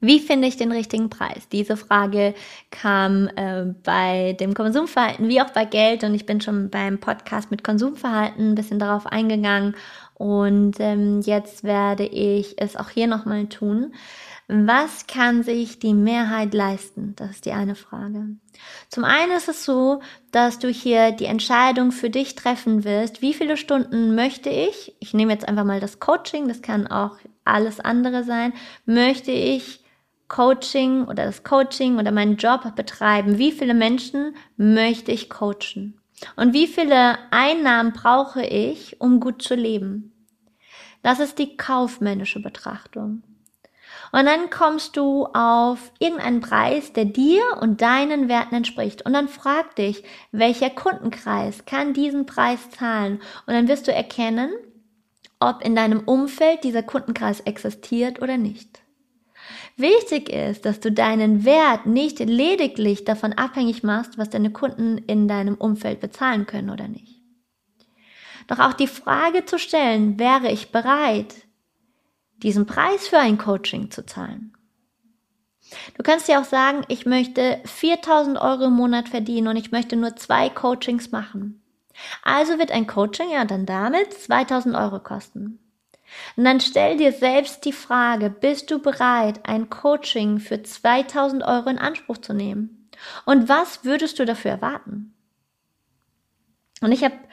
Wie finde ich den richtigen Preis? Diese Frage kam bei dem Konsumverhalten wie auch bei Geld, und ich bin schon beim Podcast mit Konsumverhalten ein bisschen darauf eingegangen, und jetzt werde ich es auch hier nochmal tun. Was kann sich die Mehrheit leisten? Das ist die eine Frage. Zum einen ist es so, dass du hier die Entscheidung für dich treffen wirst, wie viele Stunden möchte ich nehme jetzt einfach mal das Coaching, das kann auch alles andere sein, möchte ich Coaching oder meinen Job betreiben, wie viele Menschen möchte ich coachen und wie viele Einnahmen brauche ich, um gut zu leben. Das ist die kaufmännische Betrachtung. Und dann kommst du auf irgendeinen Preis, der dir und deinen Werten entspricht. Und dann frag dich, welcher Kundenkreis kann diesen Preis zahlen? Und dann wirst du erkennen, ob in deinem Umfeld dieser Kundenkreis existiert oder nicht. Wichtig ist, dass du deinen Wert nicht lediglich davon abhängig machst, was deine Kunden in deinem Umfeld bezahlen können oder nicht. Doch auch die Frage zu stellen, wäre ich bereit, diesen Preis für ein Coaching zu zahlen? Du kannst dir auch sagen, ich möchte 4.000 Euro im Monat verdienen und ich möchte nur 2 Coachings machen. Also wird ein Coaching ja dann damit 2.000 Euro kosten. Und dann stell dir selbst die Frage, bist du bereit, ein Coaching für 2.000 Euro in Anspruch zu nehmen? Und was würdest du dafür erwarten? Und ich habe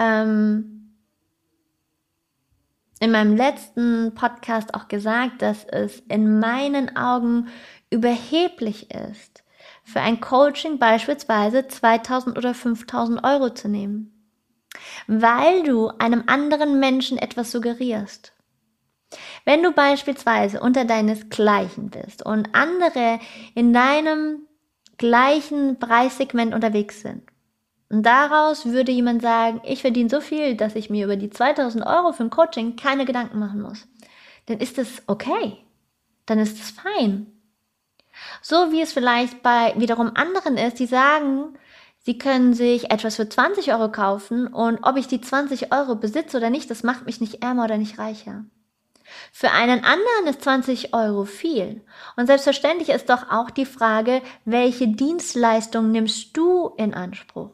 in meinem letzten Podcast auch gesagt, dass es in meinen Augen überheblich ist, für ein Coaching beispielsweise 2.000 oder 5.000 Euro zu nehmen, weil du einem anderen Menschen etwas suggerierst. Wenn du beispielsweise unter deinesgleichen bist und andere in deinem gleichen Preissegment unterwegs sind, und daraus würde jemand sagen, ich verdiene so viel, dass ich mir über die 2.000 Euro für ein Coaching keine Gedanken machen muss, dann ist das okay. Dann ist es fein. So wie es vielleicht bei wiederum anderen ist, die sagen, sie können sich etwas für 20 Euro kaufen und ob ich die 20 Euro besitze oder nicht, das macht mich nicht ärmer oder nicht reicher. Für einen anderen ist 20 Euro viel. Und selbstverständlich ist doch auch die Frage, welche Dienstleistung nimmst du in Anspruch?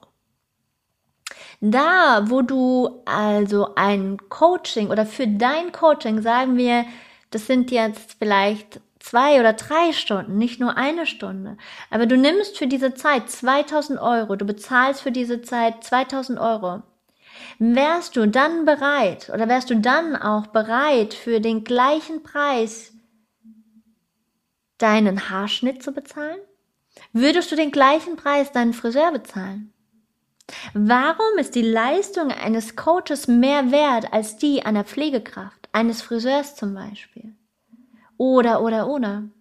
Da, wo du also ein Coaching oder für dein Coaching, sagen wir, das sind jetzt vielleicht 2 oder 3 Stunden, nicht nur 1 Stunde, aber du nimmst für diese Zeit 2.000 Euro, du bezahlst für diese Zeit 2.000 Euro. Wärst du dann auch bereit, für den gleichen Preis deinen Haarschnitt zu bezahlen? Würdest du den gleichen Preis deinen Friseur bezahlen? Warum ist die Leistung eines Coaches mehr wert als die einer Pflegekraft, eines Friseurs zum Beispiel? Oder. Und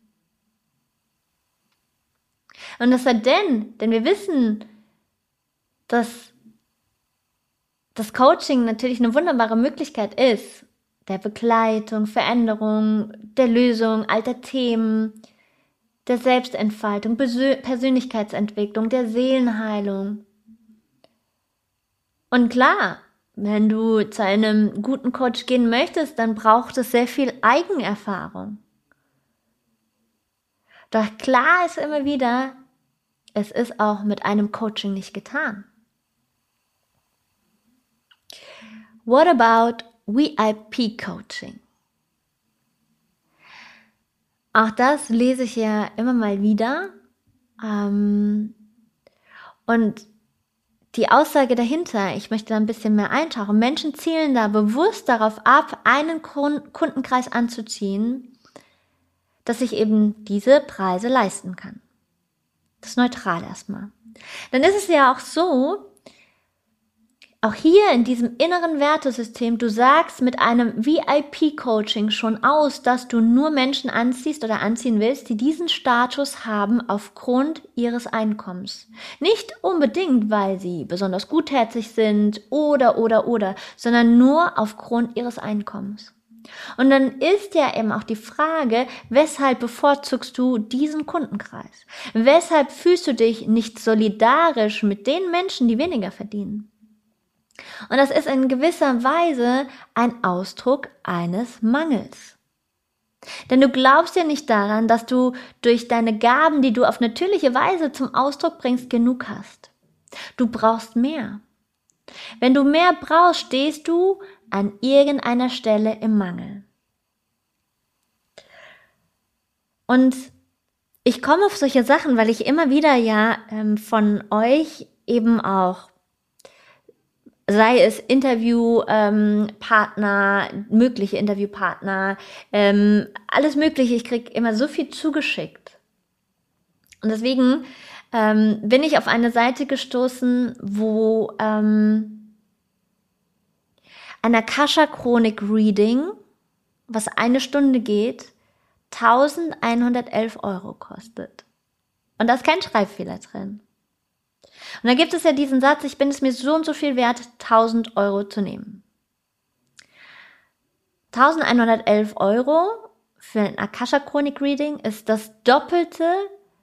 das hat denn wir wissen, dass das Coaching natürlich eine wunderbare Möglichkeit ist, der Begleitung, Veränderung, der Lösung alter Themen, der Selbstentfaltung, Persönlichkeitsentwicklung, der Seelenheilung. Und klar, wenn du zu einem guten Coach gehen möchtest, dann braucht es sehr viel Eigenerfahrung. Doch klar ist immer wieder, es ist auch mit einem Coaching nicht getan. What about VIP Coaching? Auch das lese ich ja immer mal wieder. Und die Aussage dahinter, ich möchte da ein bisschen mehr eintauchen. Menschen zielen da bewusst darauf ab, einen Kundenkreis anzuziehen, dass sich eben diese Preise leisten kann. Das ist neutral erstmal. Dann ist es ja auch so, auch hier in diesem inneren Wertesystem, du sagst mit einem VIP-Coaching schon aus, dass du nur Menschen anziehst oder anziehen willst, die diesen Status haben aufgrund ihres Einkommens. Nicht unbedingt, weil sie besonders gutherzig sind oder, sondern nur aufgrund ihres Einkommens. Und dann ist ja eben auch die Frage, weshalb bevorzugst du diesen Kundenkreis? Weshalb fühlst du dich nicht solidarisch mit den Menschen, die weniger verdienen? Und das ist in gewisser Weise ein Ausdruck eines Mangels. Denn du glaubst ja nicht daran, dass du durch deine Gaben, die du auf natürliche Weise zum Ausdruck bringst, genug hast. Du brauchst mehr. Wenn du mehr brauchst, stehst du an irgendeiner Stelle im Mangel. Und ich komme auf solche Sachen, weil ich immer wieder von euch eben auch, sei es Interviewpartner, mögliche Interviewpartner, alles Mögliche, ich kriege immer so viel zugeschickt. Und deswegen bin ich auf eine Seite gestoßen, wo ein Akasha-Chronik-Reading, was 1 Stunde geht, 1.111 € kostet. Und da ist kein Schreibfehler drin. Und dann gibt es ja diesen Satz, ich bin es mir so und so viel wert, 1.000 € zu nehmen. 1.111 € für ein Akasha-Chronik-Reading ist das Doppelte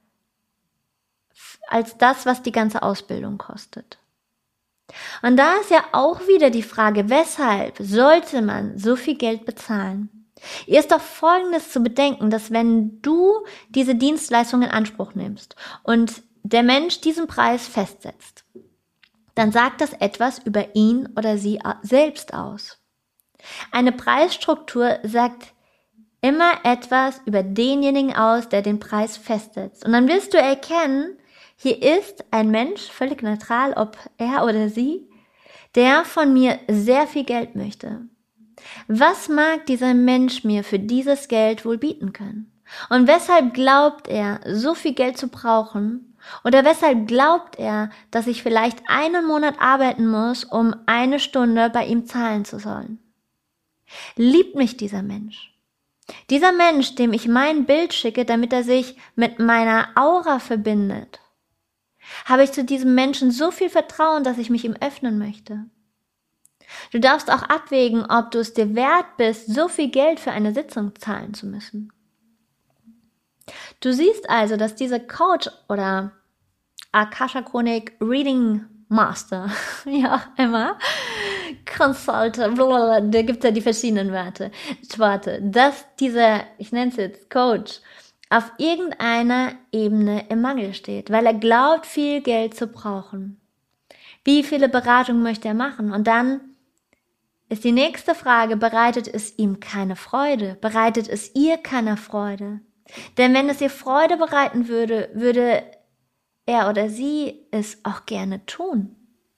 als das, was die ganze Ausbildung kostet. Und da ist ja auch wieder die Frage, weshalb sollte man so viel Geld bezahlen? Ihr ist doch Folgendes zu bedenken, dass wenn du diese Dienstleistung in Anspruch nimmst und der Mensch diesen Preis festsetzt, dann sagt das etwas über ihn oder sie selbst aus. Eine Preisstruktur sagt immer etwas über denjenigen aus, der den Preis festsetzt. Und dann wirst du erkennen, hier ist ein Mensch, völlig neutral, ob er oder sie, der von mir sehr viel Geld möchte. Was mag dieser Mensch mir für dieses Geld wohl bieten können? Und weshalb glaubt er, so viel Geld zu brauchen? Oder weshalb glaubt er, dass ich vielleicht 1 Monat arbeiten muss, um 1 Stunde bei ihm zahlen zu sollen? Liebt mich dieser Mensch? Dieser Mensch, dem ich mein Bild schicke, damit er sich mit meiner Aura verbindet, habe ich zu diesem Menschen so viel Vertrauen, dass ich mich ihm öffnen möchte. Du darfst auch abwägen, ob du es dir wert bist, so viel Geld für eine Sitzung zahlen zu müssen. Du siehst also, dass dieser Coach oder Akasha-Chronik Reading Master, ja, immer, Consultant, da gibt es ja die verschiedenen Wörter, dass dieser, ich nenne es jetzt Coach, auf irgendeiner Ebene im Mangel steht, weil er glaubt, viel Geld zu brauchen. Wie viele Beratungen möchte er machen? Und dann ist die nächste Frage, bereitet es ihm keine Freude? Bereitet es ihr keine Freude? Denn wenn es ihr Freude bereiten würde, würde er oder sie es auch gerne tun.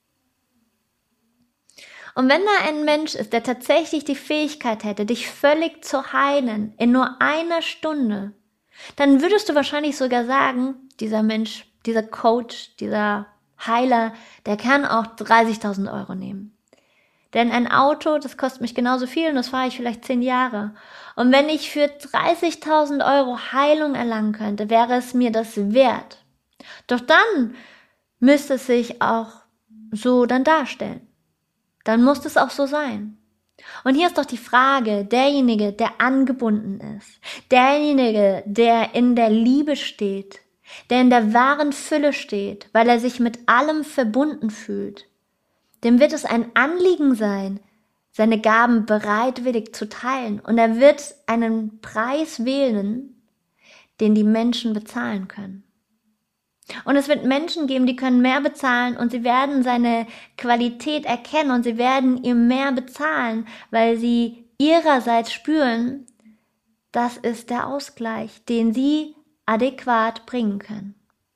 Und wenn da ein Mensch ist, der tatsächlich die Fähigkeit hätte, dich völlig zu heilen in nur 1 Stunde, dann würdest du wahrscheinlich sogar sagen, dieser Mensch, dieser Coach, dieser Heiler, der kann auch 30.000 € nehmen. Denn ein Auto, das kostet mich genauso viel und das fahre ich vielleicht 10 Jahre. Und wenn ich für 30.000 € Heilung erlangen könnte, wäre es mir das wert. Doch dann müsste es sich auch so dann darstellen. Dann muss es auch so sein. Und hier ist doch die Frage, derjenige, der angebunden ist, derjenige, der in der Liebe steht, der in der wahren Fülle steht, weil er sich mit allem verbunden fühlt, dem wird es ein Anliegen sein, seine Gaben bereitwillig zu teilen. Und er wird einen Preis wählen, den die Menschen bezahlen können. Und es wird Menschen geben, die können mehr bezahlen und sie werden seine Qualität erkennen und sie werden ihm mehr bezahlen, weil sie ihrerseits spüren, das ist der Ausgleich, den sie adäquat bringen können.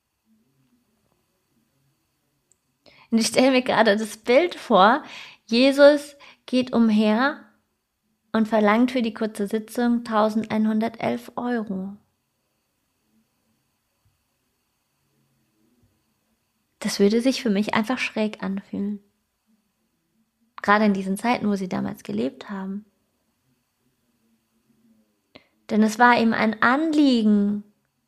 Und ich stelle mir gerade das Bild vor, Jesus geht umher und verlangt für die kurze Sitzung 1.111 €. Das würde sich für mich einfach schräg anfühlen. Gerade in diesen Zeiten, wo sie damals gelebt haben. Denn es war ihm ein Anliegen,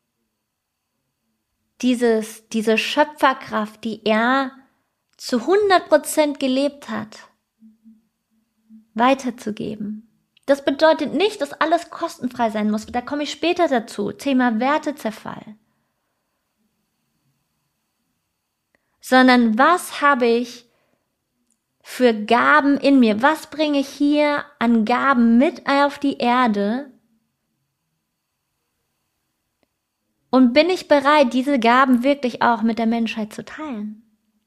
diese Schöpferkraft, die er zu 100% gelebt hat, weiterzugeben. Das bedeutet nicht, dass alles kostenfrei sein muss. Da komme ich später dazu. Thema Wertezerfall. Sondern was habe ich für Gaben in mir? Was bringe ich hier an Gaben mit auf die Erde, Und bin ich bereit, diese Gaben wirklich auch mit der Menschheit zu teilen?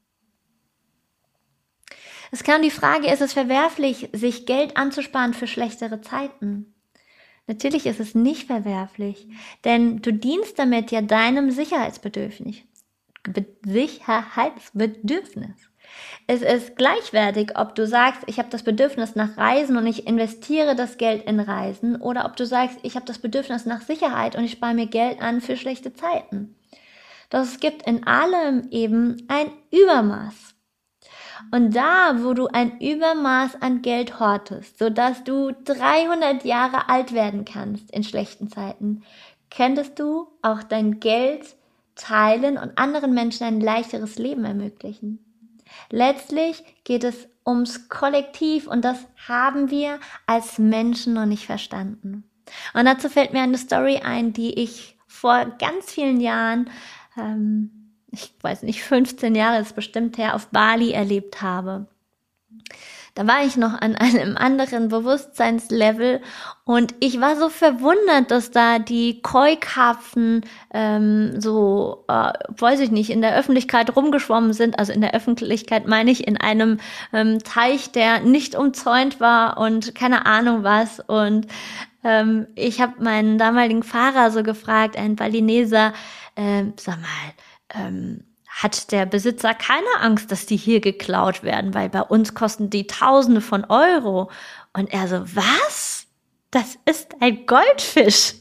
Es kam die Frage, ist es verwerflich, sich Geld anzusparen für schlechtere Zeiten? Natürlich ist es nicht verwerflich, denn du dienst damit ja deinem Sicherheitsbedürfnis. Es ist gleichwertig, ob du sagst, ich habe das Bedürfnis nach Reisen und ich investiere das Geld in Reisen, oder ob du sagst, ich habe das Bedürfnis nach Sicherheit und ich spare mir Geld an für schlechte Zeiten. Doch es gibt in allem eben ein Übermaß. Und da, wo du ein Übermaß an Geld hortest, sodass du 300 Jahre alt werden kannst in schlechten Zeiten, könntest du auch dein Geld teilen und anderen Menschen ein leichteres Leben ermöglichen. Letztlich geht es ums Kollektiv und das haben wir als Menschen noch nicht verstanden. Und dazu fällt mir eine Story ein, die ich vor ganz vielen Jahren, ich weiß nicht, 15 Jahre ist bestimmt her, auf Bali erlebt habe. Da war ich noch an einem anderen Bewusstseinslevel und ich war so verwundert, dass da die Koi-Karpfen weiß ich nicht, in der Öffentlichkeit rumgeschwommen sind. Also in der Öffentlichkeit meine ich in einem Teich, der nicht umzäunt war und keine Ahnung was. Und ich habe meinen damaligen Fahrer so gefragt, ein Balineser, sag mal, hat der Besitzer keine Angst, dass die hier geklaut werden, weil bei uns kosten die Tausende von Euro. Und er so, was? Das ist ein Goldfisch.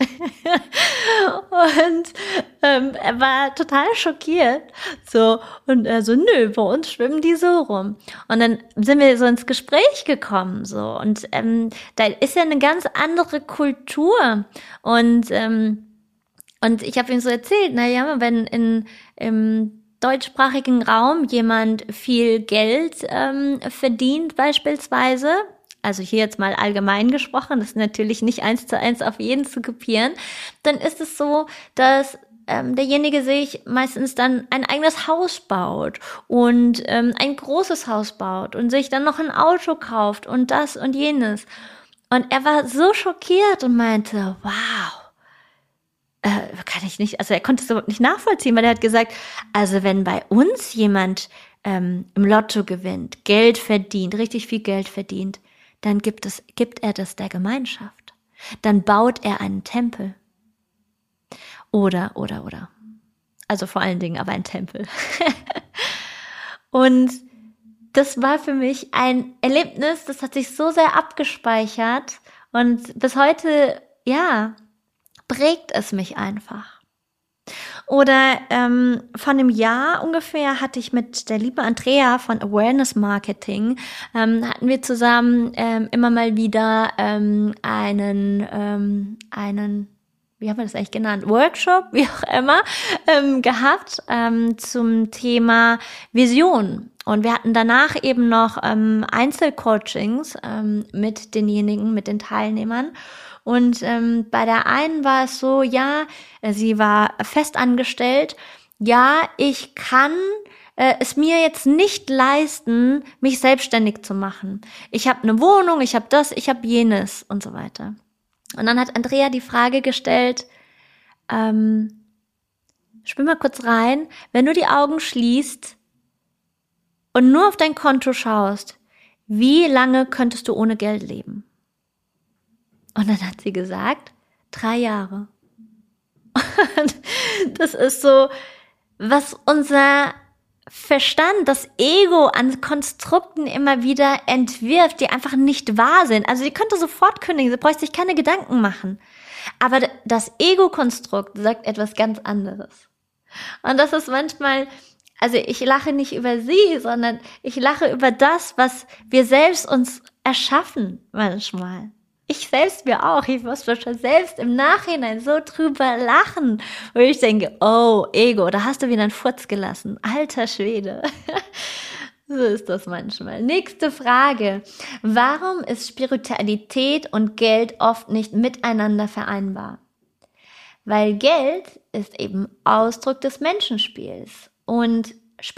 Und er war total schockiert. So, und er so, nö, bei uns schwimmen die so rum. Und dann sind wir so ins Gespräch gekommen. So, und da ist ja eine ganz andere Kultur. Und ich habe ihm so erzählt, naja, wenn im deutschsprachigen Raum jemand viel Geld verdient beispielsweise, also hier jetzt mal allgemein gesprochen, das ist natürlich nicht 1:1 auf jeden zu kopieren, dann ist es so, dass derjenige sich meistens dann ein eigenes Haus baut und ein großes Haus baut und sich dann noch ein Auto kauft und das und jenes. Und er war so schockiert und meinte, wow, kann ich nicht, also er konnte es überhaupt nicht nachvollziehen, weil er hat gesagt, also wenn bei uns jemand im Lotto gewinnt, Geld verdient, richtig viel Geld verdient, dann gibt er das der Gemeinschaft. Dann baut er einen Tempel. Oder. Also vor allen Dingen aber ein Tempel. Und das war für mich ein Erlebnis, das hat sich so sehr abgespeichert und bis heute, ja, prägt es mich einfach. Oder vor einem Jahr ungefähr hatte ich mit der lieben Andrea von Awareness Marketing, hatten wir zusammen immer mal wieder einen, wie haben wir das eigentlich genannt, Workshop, wie auch immer, gehabt zum Thema Vision. Und wir hatten danach eben noch Einzelcoachings mit denjenigen, mit den Teilnehmern. Und bei der einen war es so, ja, sie war festangestellt, ja, ich kann es mir jetzt nicht leisten, mich selbstständig zu machen. Ich habe eine Wohnung, ich habe das, ich habe jenes und so weiter. Und dann hat Andrea die Frage gestellt, spür mal kurz rein, wenn du die Augen schließt und nur auf dein Konto schaust, wie lange könntest du ohne Geld leben? Und dann hat sie gesagt, 3 Jahre. Und das ist so, was unser Verstand, das Ego an Konstrukten immer wieder entwirft, die einfach nicht wahr sind. Also die könnte sofort kündigen, sie bräuchte sich keine Gedanken machen. Aber das Ego-Konstrukt sagt etwas ganz anderes. Und das ist manchmal, also ich lache nicht über sie, sondern ich lache über das, was wir selbst uns erschaffen manchmal. Ich selbst mir auch, ich muss schon selbst im Nachhinein so drüber lachen, wo ich denke, oh, Ego, da hast du wieder einen Furz gelassen. Alter Schwede. So ist das manchmal. Nächste Frage. Warum ist Spiritualität und Geld oft nicht miteinander vereinbar? Weil Geld ist eben Ausdruck des Menschenspiels und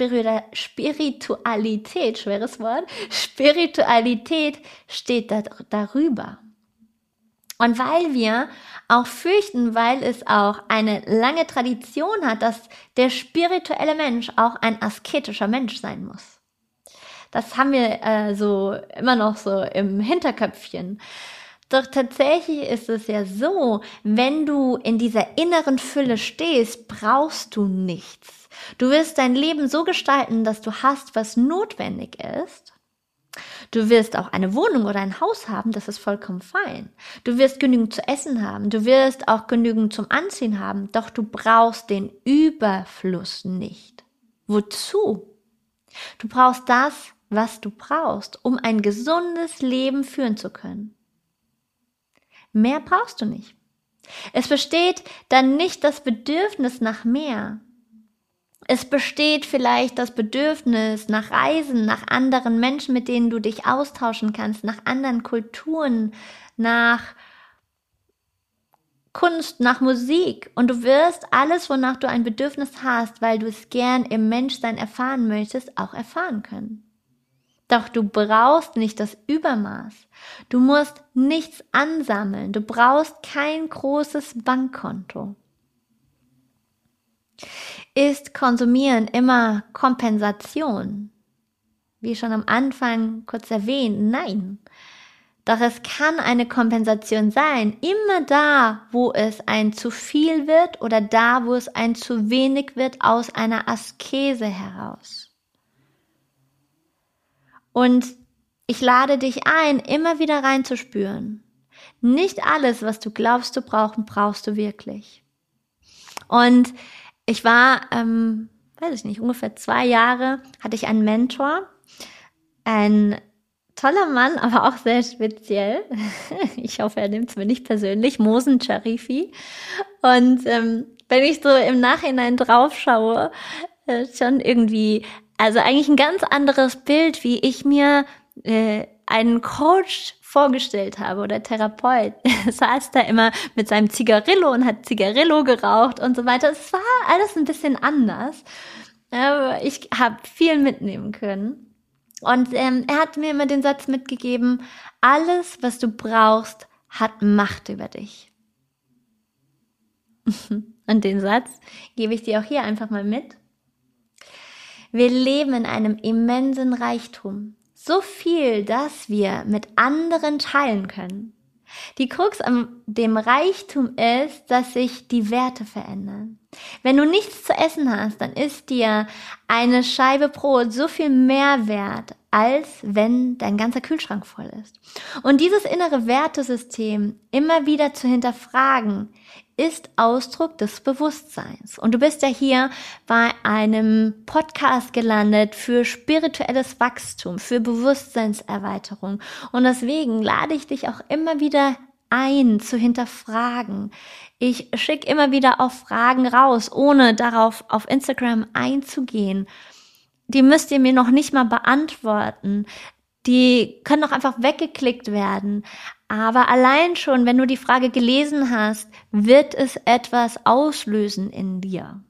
Spiritualität, schweres Wort, Spiritualität steht darüber. Und weil wir auch fürchten, weil es auch eine lange Tradition hat, dass der spirituelle Mensch auch ein asketischer Mensch sein muss. Das haben wir so immer noch so im Hinterköpfchen. Doch tatsächlich ist es ja so, wenn du in dieser inneren Fülle stehst, brauchst du nichts. Du wirst dein Leben so gestalten, dass du hast, was notwendig ist. Du wirst auch eine Wohnung oder ein Haus haben, das ist vollkommen fein. Du wirst genügend zu essen haben, du wirst auch genügend zum Anziehen haben, doch du brauchst den Überfluss nicht. Wozu? Du brauchst das, was du brauchst, um ein gesundes Leben führen zu können. Mehr brauchst du nicht. Es besteht dann nicht das Bedürfnis nach mehr. Es besteht vielleicht das Bedürfnis nach Reisen, nach anderen Menschen, mit denen du dich austauschen kannst, nach anderen Kulturen, nach Kunst, nach Musik. Und du wirst alles, wonach du ein Bedürfnis hast, weil du es gern im Menschsein erfahren möchtest, auch erfahren können. Doch du brauchst nicht das Übermaß. Du musst nichts ansammeln. Du brauchst kein großes Bankkonto. Ist Konsumieren immer Kompensation? Wie schon am Anfang kurz erwähnt, nein. Doch es kann eine Kompensation sein, immer da, wo es ein zu viel wird oder da, wo es ein zu wenig wird aus einer Askese heraus. Und ich lade dich ein, immer wieder reinzuspüren. Nicht alles, was du glaubst zu brauchen, brauchst du wirklich. Und ich war, ungefähr 2 Jahre hatte ich einen Mentor, ein toller Mann, aber auch sehr speziell. Ich hoffe, er nimmt es mir nicht persönlich, Mohsen Sharifi. Und wenn ich so im Nachhinein drauf schaue, schon irgendwie, also eigentlich ein ganz anderes Bild, wie ich mir einen Coach vorgestellt habe oder Therapeut. Er saß da immer mit seinem Zigarillo und hat Zigarillo geraucht und so weiter. Es war alles ein bisschen anders. Aber ich habe viel mitnehmen können. Und er hat mir immer den Satz mitgegeben, alles, was du brauchst, hat Macht über dich. Und den Satz gebe ich dir auch hier einfach mal mit. Wir leben in einem immensen Reichtum. So viel, dass wir mit anderen teilen können. Die Krux an dem Reichtum ist, dass sich die Werte verändern. Wenn du nichts zu essen hast, dann ist dir eine Scheibe Brot so viel mehr wert, als wenn dein ganzer Kühlschrank voll ist. Und dieses innere Wertesystem immer wieder zu hinterfragen, ist Ausdruck des Bewusstseins. Und du bist ja hier bei einem Podcast gelandet für spirituelles Wachstum, für Bewusstseinserweiterung. Und deswegen lade ich dich auch immer wieder ein, zu hinterfragen. Ich schicke immer wieder auch Fragen raus, ohne darauf auf Instagram einzugehen. Die müsst ihr mir noch nicht mal beantworten. Die können auch einfach weggeklickt werden. Aber allein schon, wenn du die Frage gelesen hast, wird es etwas auslösen in dir.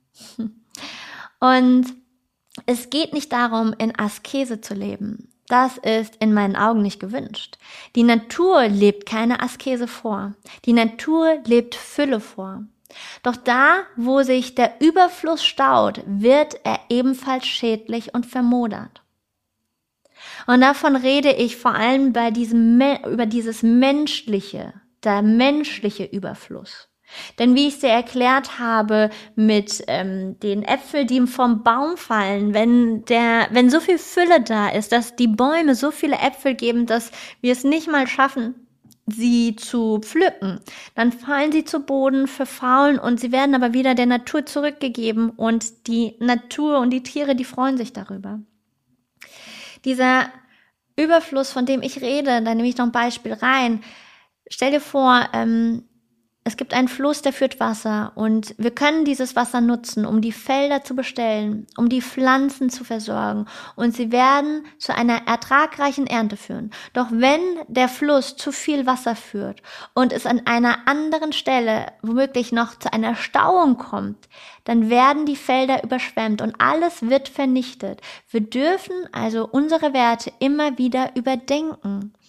Und es geht nicht darum, in Askese zu leben. Das ist in meinen Augen nicht gewünscht. Die Natur lebt keine Askese vor. Die Natur lebt Fülle vor. Doch da, wo sich der Überfluss staut, wird er ebenfalls schädlich und vermodert. Und davon rede ich vor allem über dieses menschliche, der menschliche Überfluss. Denn wie ich es dir erklärt habe mit den Äpfeln, die vom Baum fallen, wenn so viel Fülle da ist, dass die Bäume so viele Äpfel geben, dass wir es nicht mal schaffen, sie zu pflücken, dann fallen sie zu Boden, verfaulen und sie werden aber wieder der Natur zurückgegeben und die Natur und die Tiere, die freuen sich darüber. Dieser Überfluss, von dem ich rede, da nehme ich noch ein Beispiel rein. Stell dir vor, es gibt einen Fluss, der führt Wasser und wir können dieses Wasser nutzen, um die Felder zu bestellen, um die Pflanzen zu versorgen und sie werden zu einer ertragreichen Ernte führen. Doch wenn der Fluss zu viel Wasser führt und es an einer anderen Stelle womöglich noch zu einer Stauung kommt, dann werden die Felder überschwemmt und alles wird vernichtet. Wir dürfen also unsere Werte immer wieder überdenken.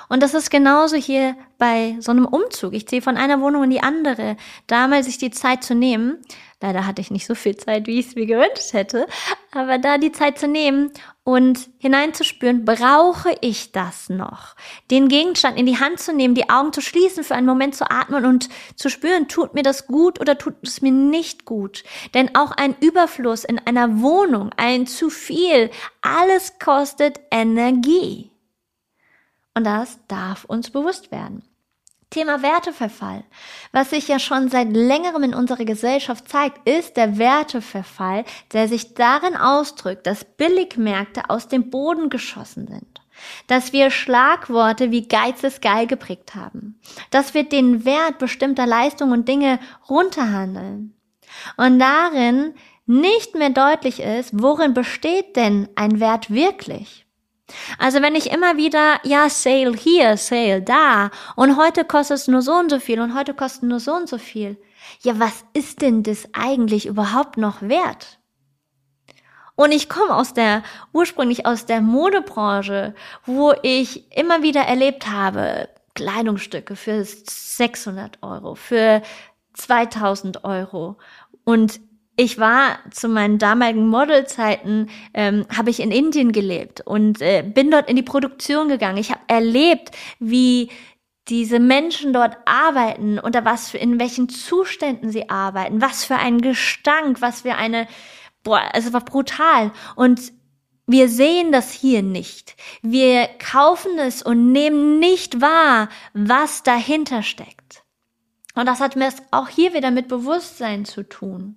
Und das ist genauso hier bei so einem Umzug. Ich ziehe von einer Wohnung in die andere, da mal sich die Zeit zu nehmen. Leider hatte ich nicht so viel Zeit, wie ich es mir gewünscht hätte, aber da die Zeit zu nehmen und hineinzuspüren, brauche ich das noch? Den Gegenstand in die Hand zu nehmen, die Augen zu schließen, für einen Moment zu atmen und zu spüren, tut mir das gut oder tut es mir nicht gut? Denn auch ein Überfluss in einer Wohnung, ein zu viel, alles kostet Energie. Und das darf uns bewusst werden. Thema Werteverfall. Was sich ja schon seit längerem in unserer Gesellschaft zeigt, ist der Werteverfall, der sich darin ausdrückt, dass Billigmärkte aus dem Boden geschossen sind. Dass wir Schlagworte wie Geiz ist geil geprägt haben. Dass wir den Wert bestimmter Leistungen und Dinge runterhandeln. Und darin nicht mehr deutlich ist, worin besteht denn ein Wert wirklich? Also wenn ich immer wieder, ja, Sale hier, Sale da und heute kostet es nur so und so viel und heute kostet nur so und so viel. Ja, was ist denn das eigentlich überhaupt noch wert? Und ich komme ursprünglich aus der Modebranche, wo ich immer wieder erlebt habe, Kleidungsstücke für 600 Euro, für 2000 Euro und ich war zu meinen damaligen Modelzeiten, habe ich in Indien gelebt und bin dort in die Produktion gegangen. Ich habe erlebt, wie diese Menschen dort arbeiten, in welchen Zuständen sie arbeiten, was für ein Gestank, es war brutal. Und wir sehen das hier nicht. Wir kaufen es und nehmen nicht wahr, was dahinter steckt. Und das hat mir auch hier wieder mit Bewusstsein zu tun.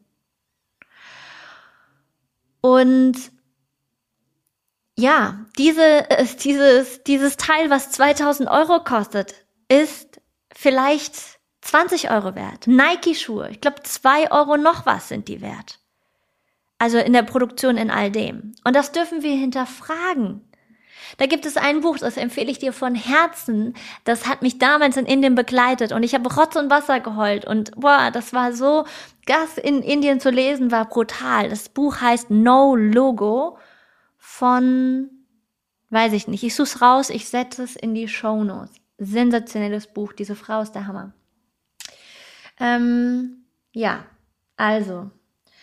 Und ja, dieses Teil, was 2000 Euro kostet, ist vielleicht 20 Euro wert. Nike-Schuhe, ich glaube 2 Euro noch was sind die wert. Also in der Produktion in all dem. Und das dürfen wir hinterfragen. Da gibt es ein Buch, das empfehle ich dir von Herzen. Das hat mich damals in Indien begleitet und ich habe Rotz und Wasser geheult und das war so, das in Indien zu lesen war brutal. Das Buch heißt No Logo von, weiß ich nicht, ich suche es raus, ich setze es in die Shownotes. Sensationelles Buch, diese Frau ist der Hammer. Ja, also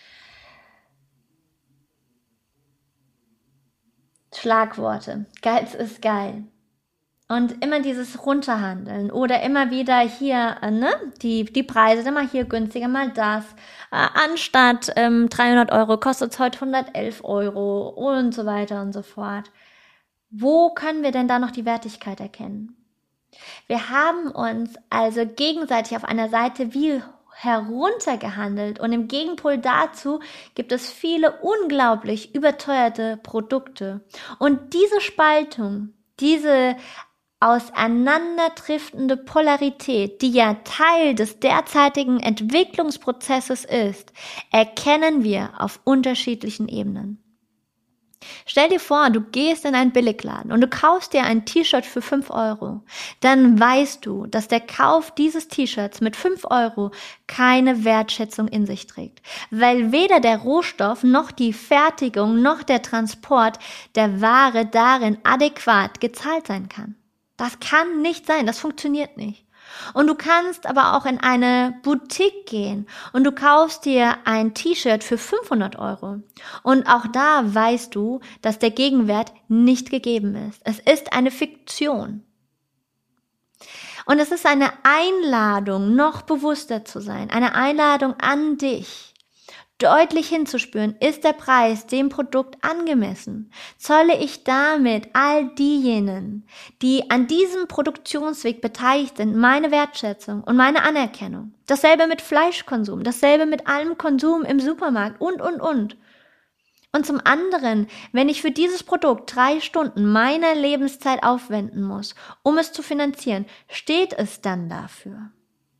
Schlagworte. Geiz ist geil. Und immer dieses Runterhandeln oder immer wieder hier, die Preise, dann mal hier günstiger, mal das. Anstatt 300 Euro kostet es heute 111 Euro und so weiter und so fort. Wo können wir denn da noch die Wertigkeit erkennen? Wir haben uns also gegenseitig auf einer Seite wie heruntergehandelt und im Gegenpol dazu gibt es viele unglaublich überteuerte Produkte. Und diese Spaltung, diese auseinanderdriftende Polarität, die ja Teil des derzeitigen Entwicklungsprozesses ist, erkennen wir auf unterschiedlichen Ebenen. Stell dir vor, du gehst in einen Billigladen und du kaufst dir ein T-Shirt für 5 Euro. Dann weißt du, dass der Kauf dieses T-Shirts mit 5 Euro keine Wertschätzung in sich trägt. Weil weder der Rohstoff noch die Fertigung noch der Transport der Ware darin adäquat gezahlt sein kann. Das kann nicht sein, das funktioniert nicht. Und du kannst aber auch in eine Boutique gehen und du kaufst dir ein T-Shirt für 500 Euro. Und auch da weißt du, dass der Gegenwert nicht gegeben ist. Es ist eine Fiktion. Und es ist eine Einladung, noch bewusster zu sein, eine Einladung an dich. Deutlich hinzuspüren, ist der Preis dem Produkt angemessen? Zolle ich damit all diejenigen, die an diesem Produktionsweg beteiligt sind, meine Wertschätzung und meine Anerkennung? Dasselbe mit Fleischkonsum, dasselbe mit allem Konsum im Supermarkt und. Und zum anderen, wenn ich für dieses Produkt 3 Stunden meiner Lebenszeit aufwenden muss, um es zu finanzieren, steht es dann dafür?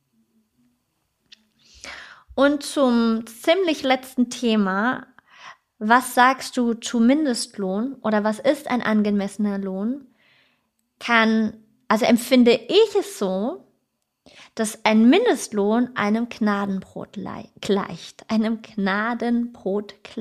Und zum ziemlich letzten Thema, was sagst du zu Mindestlohn oder was ist ein angemessener Lohn? Empfinde ich es so, dass ein Mindestlohn einem Gnadenbrot gleicht.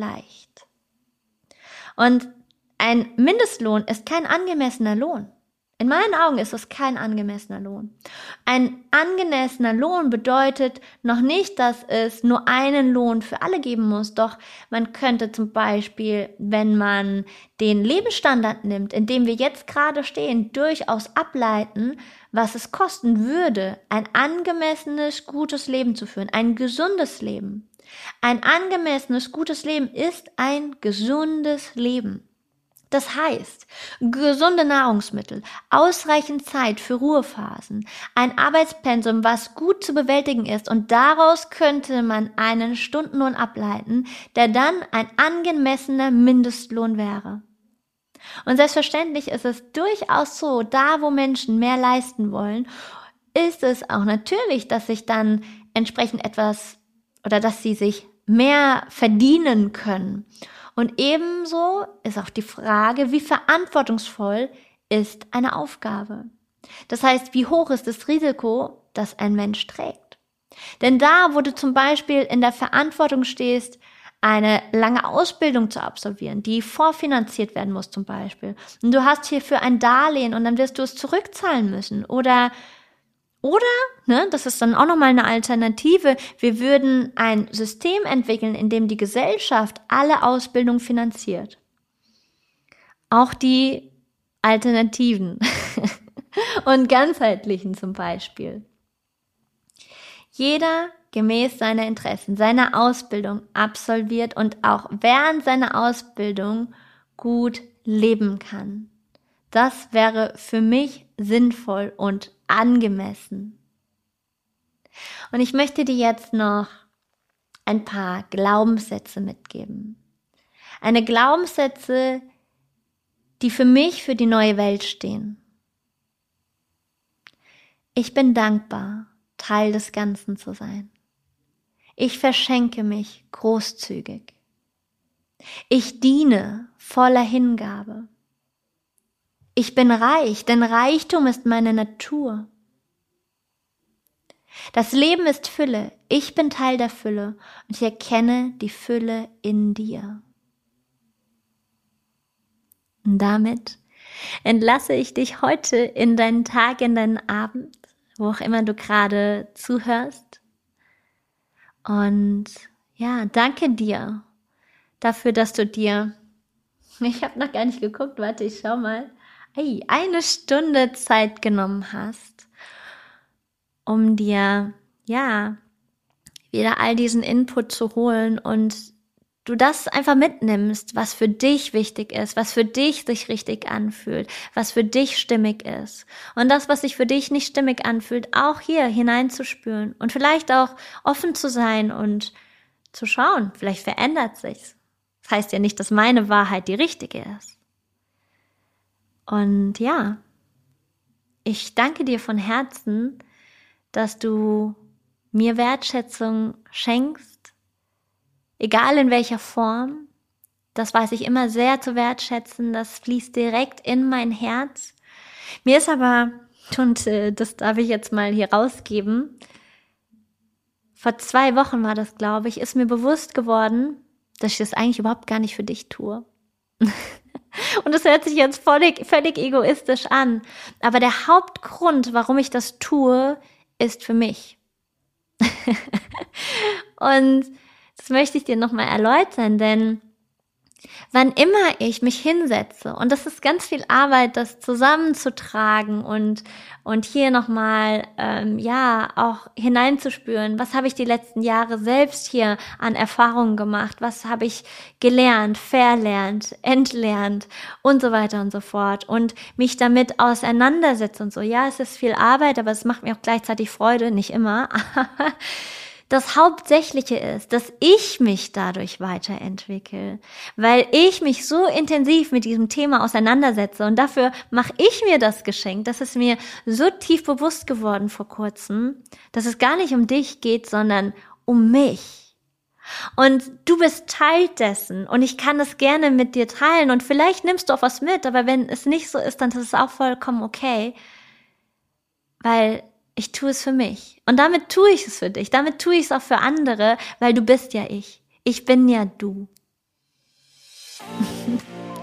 Und ein Mindestlohn ist kein angemessener Lohn. In meinen Augen ist das kein angemessener Lohn. Ein angemessener Lohn bedeutet noch nicht, dass es nur einen Lohn für alle geben muss, doch man könnte zum Beispiel, wenn man den Lebensstandard nimmt, in dem wir jetzt gerade stehen, durchaus ableiten, was es kosten würde, ein angemessenes, gutes Leben zu führen, ein gesundes Leben. Ein angemessenes, gutes Leben ist ein gesundes Leben. Das heißt, gesunde Nahrungsmittel, ausreichend Zeit für Ruhephasen, ein Arbeitspensum, was gut zu bewältigen ist, und daraus könnte man einen Stundenlohn ableiten, der dann ein angemessener Mindestlohn wäre. Und selbstverständlich ist es durchaus so, da wo Menschen mehr leisten wollen, ist es auch natürlich, dass sich dann entsprechend etwas oder dass sie sich mehr verdienen können. Und ebenso ist auch die Frage, wie verantwortungsvoll ist eine Aufgabe. Das heißt, wie hoch ist das Risiko, das ein Mensch trägt? Denn da, wo du zum Beispiel in der Verantwortung stehst, eine lange Ausbildung zu absolvieren, die vorfinanziert werden muss zum Beispiel, und du hast hierfür ein Darlehen und dann wirst du es zurückzahlen müssen, oder, das ist dann auch nochmal eine Alternative, wir würden ein System entwickeln, in dem die Gesellschaft alle Ausbildung finanziert. Auch die Alternativen und ganzheitlichen zum Beispiel. Jeder gemäß seiner Interessen, seiner Ausbildung absolviert und auch während seiner Ausbildung gut leben kann. Das wäre für mich sinnvoll und angemessen. Und ich möchte dir jetzt noch ein paar Glaubenssätze mitgeben. Eine Glaubenssätze, die für mich für die neue Welt stehen. Ich bin dankbar, Teil des Ganzen zu sein. Ich verschenke mich großzügig. Ich diene voller Hingabe. Ich bin reich, denn Reichtum ist meine Natur. Das Leben ist Fülle. Ich bin Teil der Fülle und ich erkenne die Fülle in dir. Und damit entlasse ich dich heute in deinen Tag, in deinen Abend, wo auch immer du gerade zuhörst. Und ja, danke dir dafür, dass du dir, ich habe noch gar nicht geguckt, warte, ich schau mal, eine Stunde Zeit genommen hast, um dir, wieder all diesen Input zu holen und du das einfach mitnimmst, was für dich wichtig ist, was für dich sich richtig anfühlt, was für dich stimmig ist. Und das, was sich für dich nicht stimmig anfühlt, auch hier hineinzuspüren und vielleicht auch offen zu sein und zu schauen, vielleicht verändert sich's. Das heißt ja nicht, dass meine Wahrheit die richtige ist. Und ja, ich danke dir von Herzen, dass du mir Wertschätzung schenkst, egal in welcher Form. Das weiß ich immer sehr zu wertschätzen, das fließt direkt in mein Herz. Mir ist aber, und das darf ich jetzt mal hier rausgeben, vor 2 Wochen war das, glaube ich, ist mir bewusst geworden, dass ich das eigentlich überhaupt gar nicht für dich tue. Und das hört sich jetzt völlig egoistisch an. Aber der Hauptgrund, warum ich das tue, ist für mich. Und das möchte ich dir nochmal erläutern, denn wann immer ich mich hinsetze, und das ist ganz viel Arbeit, das zusammenzutragen und hier nochmal, auch hineinzuspüren, was habe ich die letzten Jahre selbst hier an Erfahrungen gemacht, was habe ich gelernt, verlernt, entlernt und so weiter und so fort und mich damit auseinandersetze und so. Ja, es ist viel Arbeit, aber es macht mir auch gleichzeitig Freude, nicht immer. Das Hauptsächliche ist, dass ich mich dadurch weiterentwickle, weil ich mich so intensiv mit diesem Thema auseinandersetze und dafür mache ich mir das Geschenk. Das ist mir so tief bewusst geworden vor kurzem, dass es gar nicht um dich geht, sondern um mich. Und du bist Teil dessen und ich kann das gerne mit dir teilen und vielleicht nimmst du auch was mit, aber wenn es nicht so ist, dann ist es auch vollkommen okay, weil ich tue es für mich. Und damit tue ich es für dich. Damit tue ich es auch für andere, weil du bist ja ich. Ich bin ja du.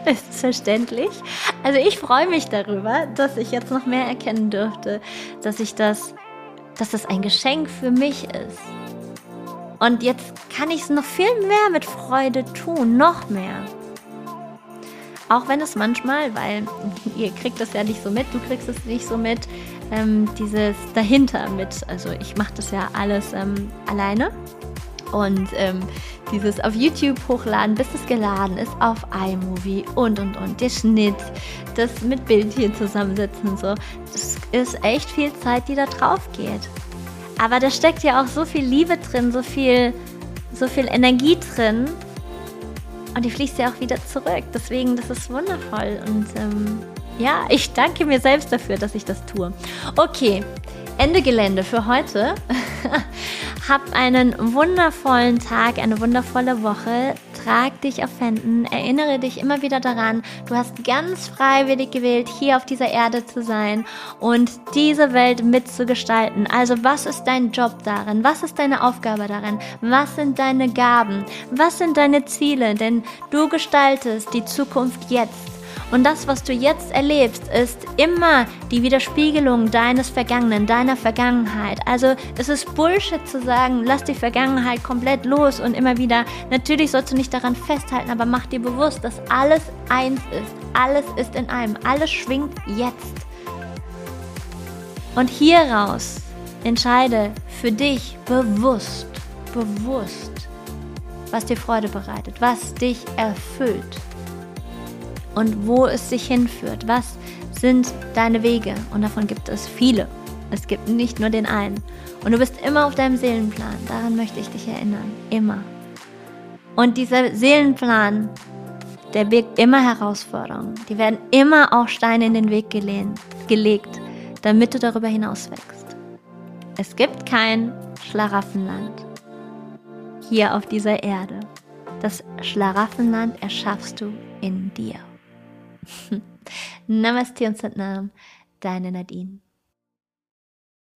ist verständlich. Also ich freue mich darüber, dass ich jetzt noch mehr erkennen durfte, dass das ein Geschenk für mich ist. Und jetzt kann ich es noch viel mehr mit Freude tun, noch mehr. Auch wenn es manchmal, weil ihr kriegt das ja nicht so mit, du kriegst es nicht so mit, dieses dahinter mit, also ich mache das ja alles alleine und dieses auf YouTube hochladen, bis es geladen ist, auf iMovie und, der Schnitt, das mit Bildchen zusammensetzen und so, das ist echt viel Zeit, die da drauf geht. Aber da steckt ja auch so viel Liebe drin, so viel Energie drin und die fließt ja auch wieder zurück. Deswegen, das ist wundervoll und ja, ich danke mir selbst dafür, dass ich das tue. Okay, Ende Gelände für heute. Hab einen wundervollen Tag, eine wundervolle Woche. Trag dich auf Händen. Erinnere dich immer wieder daran, du hast ganz freiwillig gewählt, hier auf dieser Erde zu sein und diese Welt mitzugestalten. Also was ist dein Job darin? Was ist deine Aufgabe darin? Was sind deine Gaben? Was sind deine Ziele? Denn du gestaltest die Zukunft jetzt. Und das, was du jetzt erlebst, ist immer die Widerspiegelung deines Vergangenen, deiner Vergangenheit. Also es ist Bullshit zu sagen, lass die Vergangenheit komplett los und immer wieder, natürlich sollst du nicht daran festhalten, aber mach dir bewusst, dass alles eins ist. Alles ist in einem. Alles schwingt jetzt. Und hieraus entscheide für dich bewusst, was dir Freude bereitet, was dich erfüllt. Und wo es dich hinführt. Was sind deine Wege? Und davon gibt es viele. Es gibt nicht nur den einen. Und du bist immer auf deinem Seelenplan. Daran möchte ich dich erinnern. Immer. Und dieser Seelenplan, der birgt immer Herausforderungen. Die werden immer auch Steine in den Weg gelegt, damit du darüber hinaus wächst. Es gibt kein Schlaraffenland hier auf dieser Erde. Das Schlaraffenland erschaffst du in dir. Namaste und Satnam, deine Nadine.